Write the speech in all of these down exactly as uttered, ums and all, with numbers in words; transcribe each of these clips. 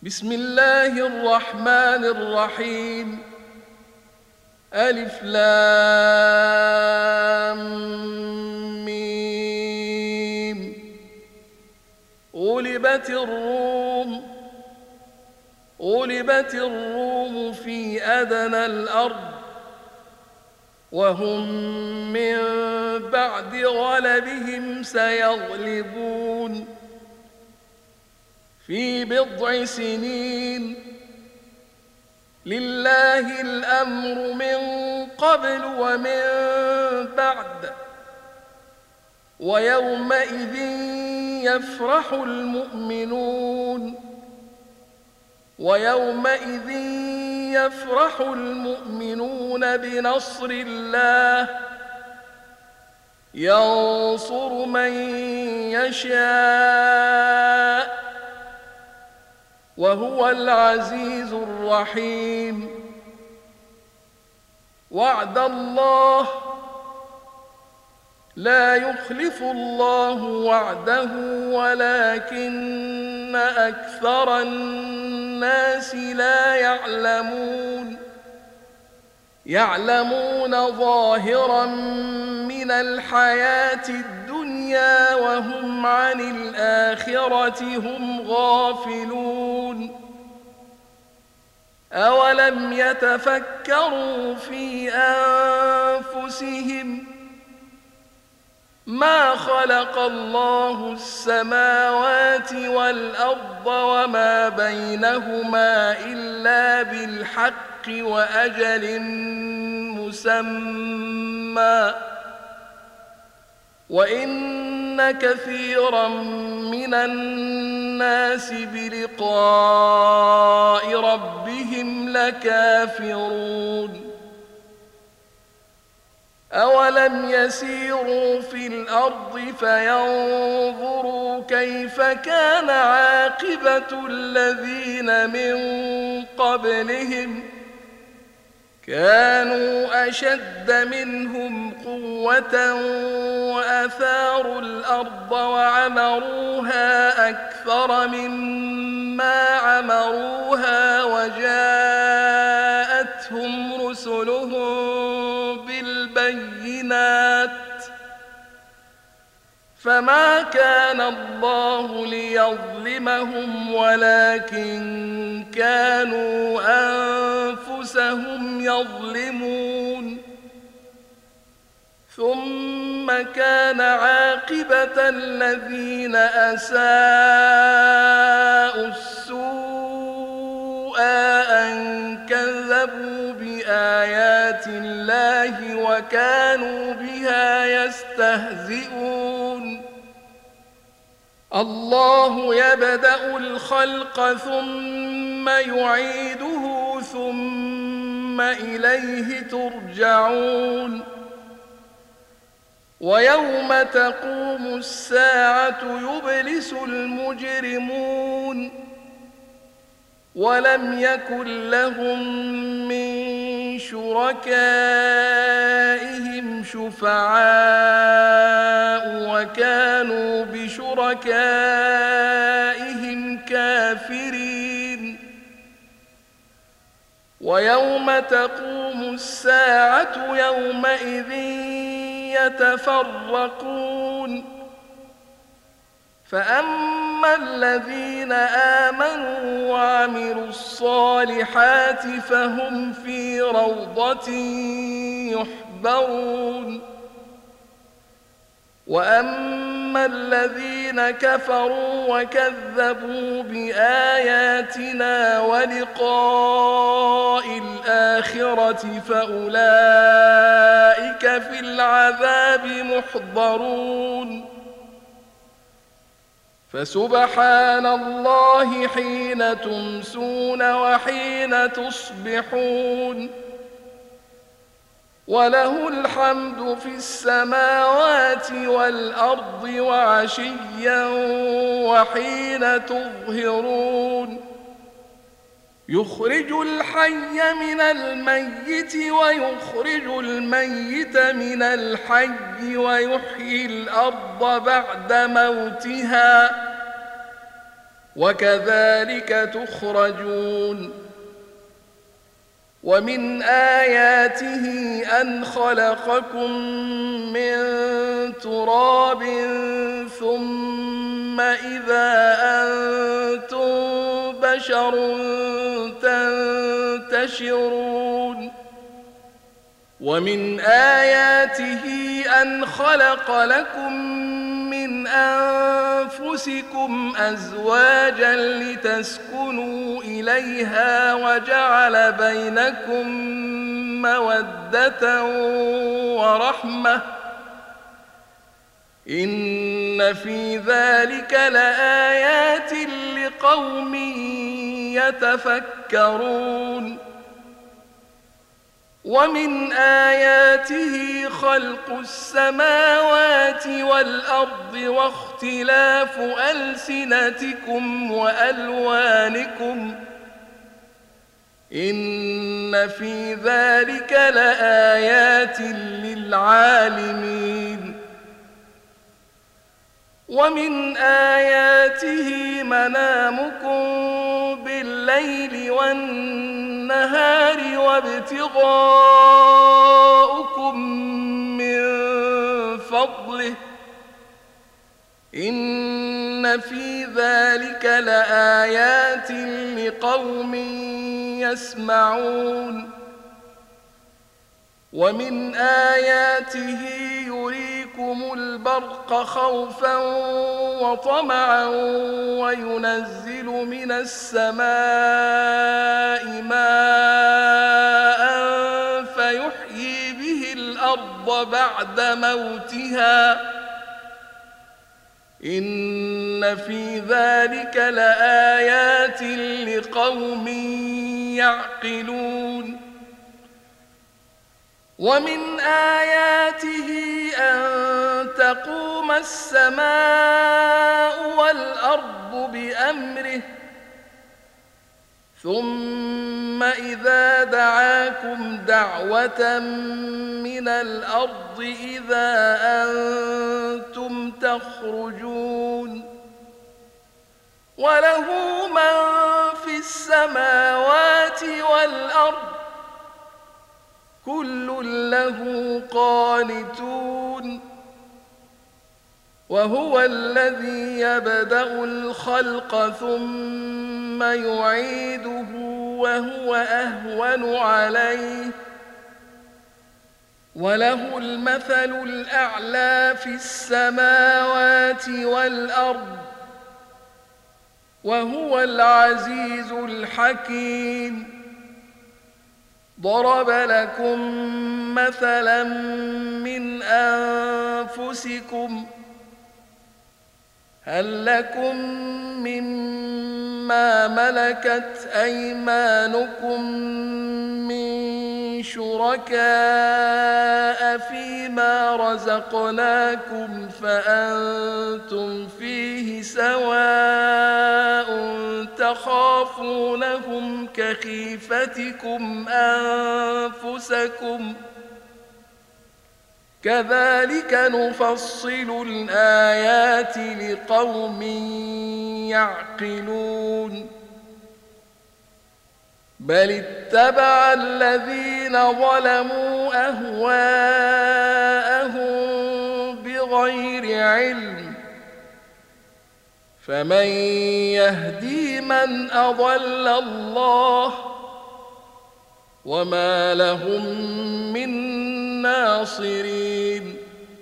بسم الله الرحمن الرحيم. ألف لام ميم. غلبت الروم غلبت الروم في أدنى الأرض وهم من بعد غلبهم سيغلبون في بضع سنين. لله الأمر من قبل ومن بعد ويومئذ يفرح المؤمنون ويومئذ يفرح المؤمنون بنصر الله ينصر من يشاء وهو العزيز الرحيم. وعد الله لا يخلف الله وعده ولكن أكثر الناس لا يعلمون يعلمون ظاهرا من الحياة الدنيا وهم عن الآخرة هم غافلون. أولم يتفكروا في أنفسهم ما خلق الله السماوات والأرض وما بينهما إلا بالحق وأجل مسمى وإن كثيرا من الناس بلقاء ربهم لكافرون. أولم يسيروا في الأرض فينظروا كيف كان عاقبة الذين من قبلهم كانوا أشد منهم قوة وأثاروا الأرض وعمروها أكثر مما عمروها وجاءتهم رسلهم بالبينات فما كان الله ليظلمهم ولكن كانوا أنفسهم يظلمون. ثم كان عاقبة الذين أساءوا السوء أن كذبوا بآيات الله وكانوا بها يستهزئون. الله يبدأ الخلق ثم يعيده ثم إليه ترجعون. ويوم تقوم الساعة يبلس المجرمون ولم يكن لهم من شركائهم شفعاء وكانوا بشركائهم كافرين. ويوم تقوم الساعة يومئذ يتفرقون فأما الذين آمنوا وعملوا الصالحات فهم في روضة يحبرون. وأما الذين كفروا وكذبوا بآياتنا ولقاء الآخرة فأولئك في العذاب محضرون. فسبحان الله حين تمسون وحين تصبحون وله الحمد في السماوات والأرض وعشيا وحين تظهرون. يخرج الحي من الميت ويخرج الميت من الحي ويحيي الأرض بعد موتها وكذلك تخرجون ومن آياته أن خلقكم من تراب ثم إذا أنتم بشر تنتشرون ومن آياته أن خلق لكم من أنفسكم أزواجا لتسكنوا إليها وجعل بينكم مودة ورحمة إن في ذلك لآيات لقوم يتفكرون ومن آياته خلق السماوات والأرض واختلاف ألسنتكم وألوانكم إن في ذلك لآيات للعالمين ومن آياته منامكم بالليل والنهار وابتغاؤكم من فضله إن في ذلك لآيات لقوم يسمعون ومن آياته يريكم البرق خوفا وطمعا وينزل من السماء ماء فيحيي به الأرض بعد موتها إن في ذلك لآيات لقوم يعقلون ومن آياته أن تقوم السماء والأرض بأمره ثم إذا دعاكم دعوة من الأرض إذا أنتم تخرجون وله من في السماوات والأرض كل له قانتون وهو الذي يبدأ الخلق ثم يعيده وهو أهون عليه وله المثل الأعلى في السماوات والأرض وهو العزيز الحكيم ضرب لكم مثلا من أنفسكم هل لكم مما ملكت أيمانكم من شركاء فيما رزقناكم فأنتم فيه سواء تخافونهم كخيفتكم أنفسكم كذلك نفصل الآيات لقوم يعقلون بل اتبع الذين ظلموا أهواءهم بغير علم فمن يهدي من أضل الله وما لهم من ناصرين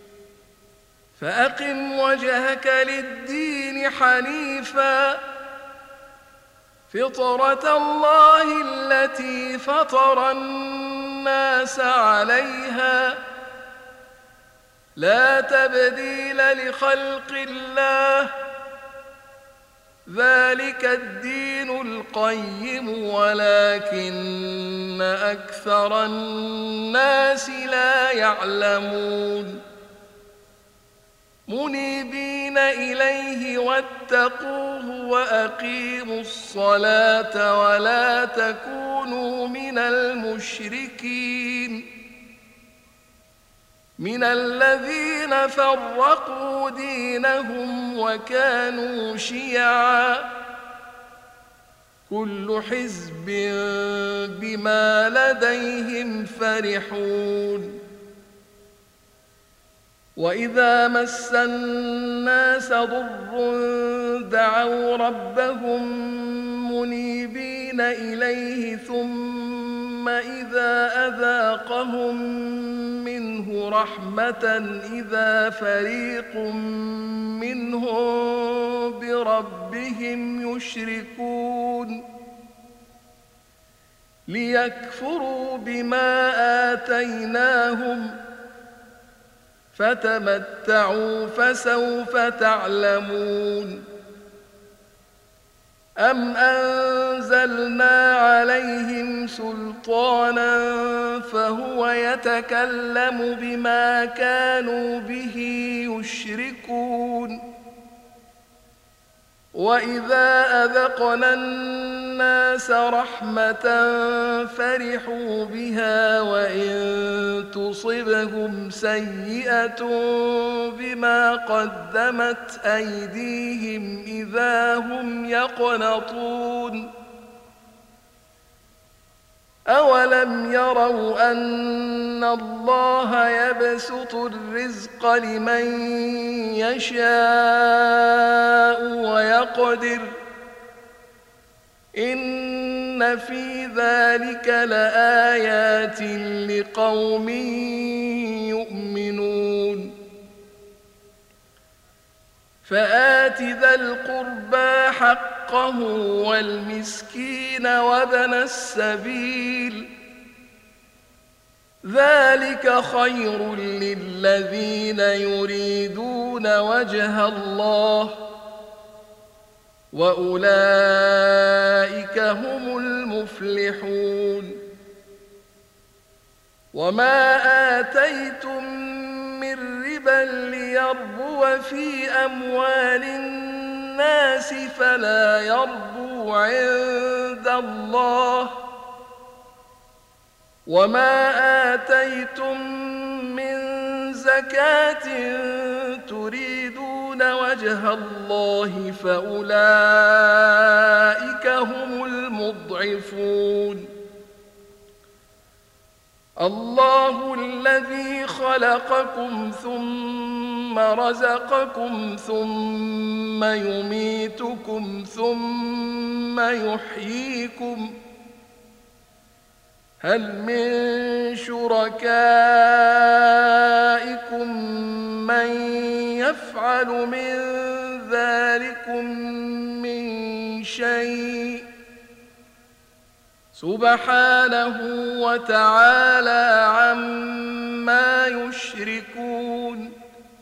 فأقم وجهك للدين حنيفا فطرة الله التي فطر الناس عليها لا تبديل لخلق الله ذلك الدين القيم ولكن أكثر الناس لا يعلمون منيبين إليه واتقوه وأقيموا الصلاة ولا تكونوا من المشركين من الذين فرقوا دينهم وكانوا شيعا كل حزب بما لديهم فرحون وإذا مس الناس ضر دعوا ربهم منيبين إليه ثم إذا أذاقهم منه رحمة إذا فريق منهم بربهم يشركون ليكفروا بما آتيناهم فتمتعوا فسوف تعلمون أم أنزلنا عليهم سلطانا فهو يتكلم بما كانوا به يشركون وإذا أذقنا الناس رحمة فرحوا بها وإن تصبهم سيئة بما قدمت أيديهم إذا هم يقنطون أولم يروا أن الله يبسط الرزق لمن يشاء ويقدر إن في ذلك لآيات لقوم يؤمنون فآت ذا القربى حقه والمسكين وابن السبيل ذلك خير للذين يريدون وجه الله وأولئك هم المفلحون وما آتيتم من ربا ليربو في أموال الناس فلا يربو عند الله وما آتيتم من زكاة تريدون وجه الله فأولئك هم المضعفون الله الذي خلقكم ثم رزقكم ثم يميتكم ثم يحييكم هل من شركائكم من يفعل من ذلكم من شيء سبحانه وتعالى عما يشركون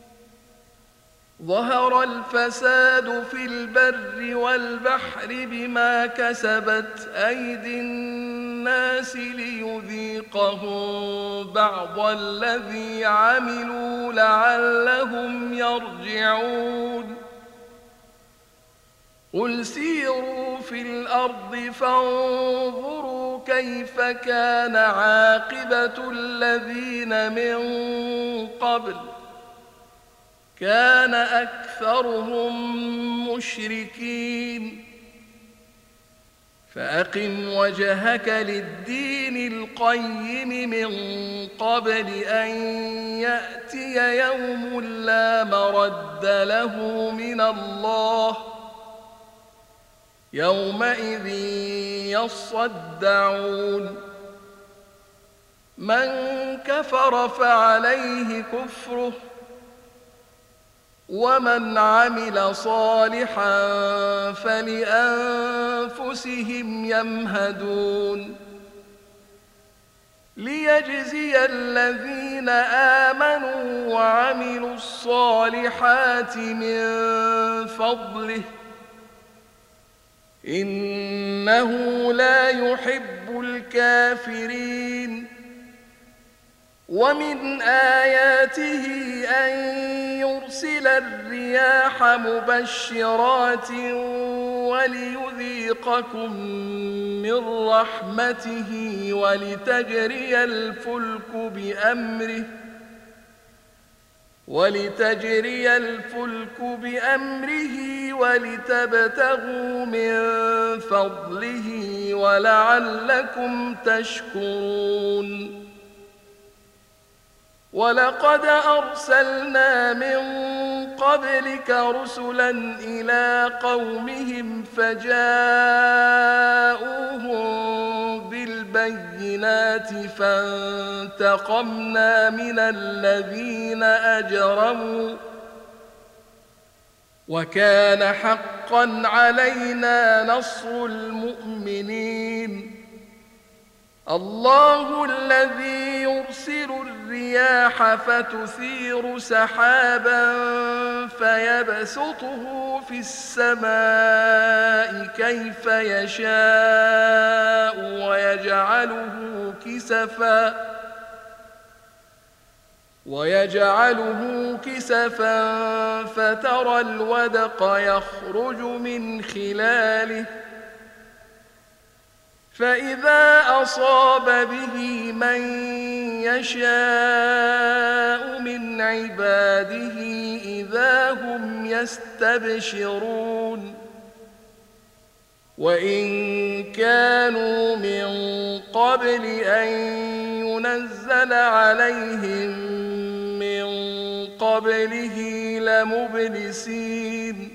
ظهر الفساد في البر والبحر بما كسبت أيدي الناس ليذيقهم بعض الذي عملوا لعلهم يرجعون قل سيروا في الأرض فانظروا كيف كان عاقبة الذين من قبل كان أكثرهم مشركين فأقم وجهك للدين القيم من قبل أن يأتي يوم لا مرد له من الله يومئذ يصدعون من كفر فعليه كفره ومن عمل صالحا فلأنفسهم يمهدون ليجزي الذين آمنوا وعملوا الصالحات من فضله إنه لا يحب الكافرين ومن آياته أن يرسل الرياح مبشرات وليذيقكم من رحمته ولتجري الفلك بأمره ولتجري الفلك بأمره ولتبتغوا من فضله ولعلكم تشكرون ولقد أرسلنا من قبلك رسلا إلى قومهم فجاءوهم بالبينات فانتقمنا من الذين أجرموا وكان حقا علينا نصر المؤمنين الله الذي يرسل الرياح فتثير سحابا فيبسطه في السماء كيف يشاء ويجعله كسفا ويجعله كسفا فترى الودق يخرج من خلاله فإذا أصاب به من يشاء من عباده إذا هم يستبشرون وإن كانوا من قبل أن ينزل عليهم من قبله لمبلسين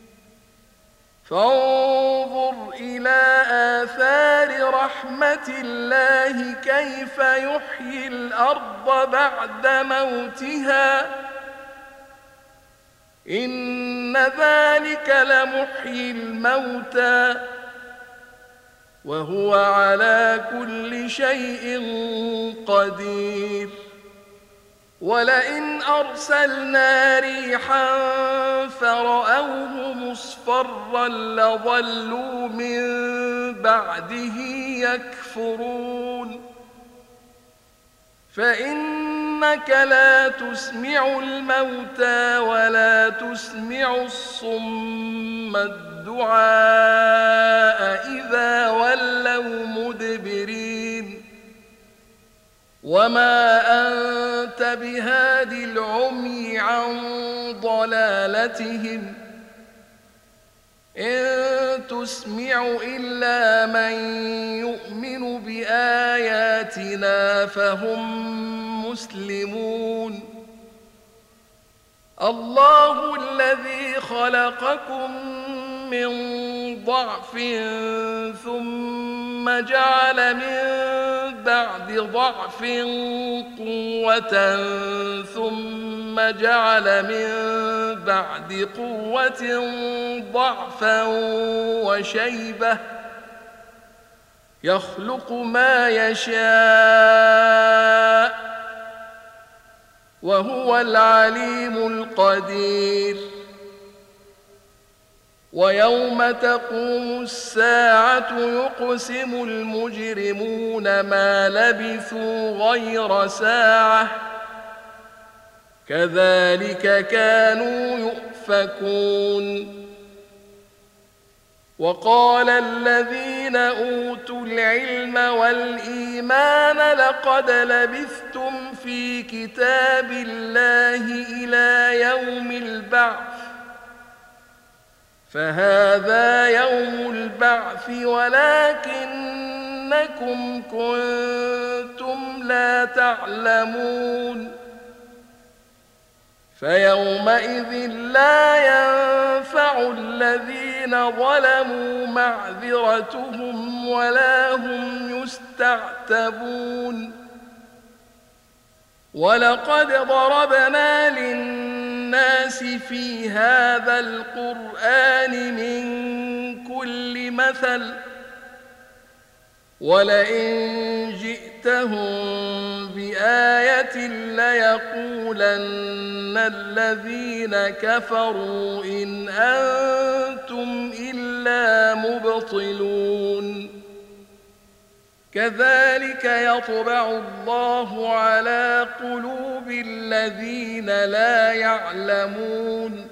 فانظر إلى آثار رحمة الله كيف يحيي الأرض بعد موتها إن ذلك لمحيي الموتى وهو على كل شيء قدير ولئن أرسلنا ريحا فرأوه مصفرا لظلوا من بعده يكفرون فإنك لا تسمع الموتى ولا تسمع الصم الدعاء إذا ولوا مدبرين وما أنت بهاد العمي عن ضلالتهم إن تسمع إلا من يؤمن بآياتنا فهم مسلمون الله الذي خلقكم من ضعف ثم جعل من بعد ضعف قوة ثم جعل من بعد قوة ضعفا وشيبة يخلق ما يشاء وهو العليم القدير ويوم تقوم الساعة يقسم المجرمون ما لبثوا غير ساعة كذلك كانوا يؤفكون وقال الذين أوتوا العلم والإيمان لقد لبثتم في كتاب الله إلى يوم البعث فهذا يوم البعث ولكنكم كنتم لا تعلمون فيومئذ لا ينفع الذين ظلموا معذرتهم ولا هم يستعتبون ولقد ضربنا للناس في هذا القرآن من كل مثل ولئن جئتهم بآية ليقولن الذين كفروا إن أنتم إلا مبطلون كذلك يطبع الله على قلوب الذين لا يعلمون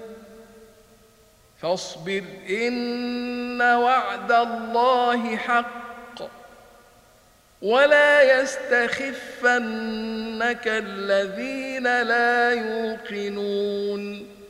فاصبر إن وعد الله حق ولا يستخفنك الذين لا يوقنون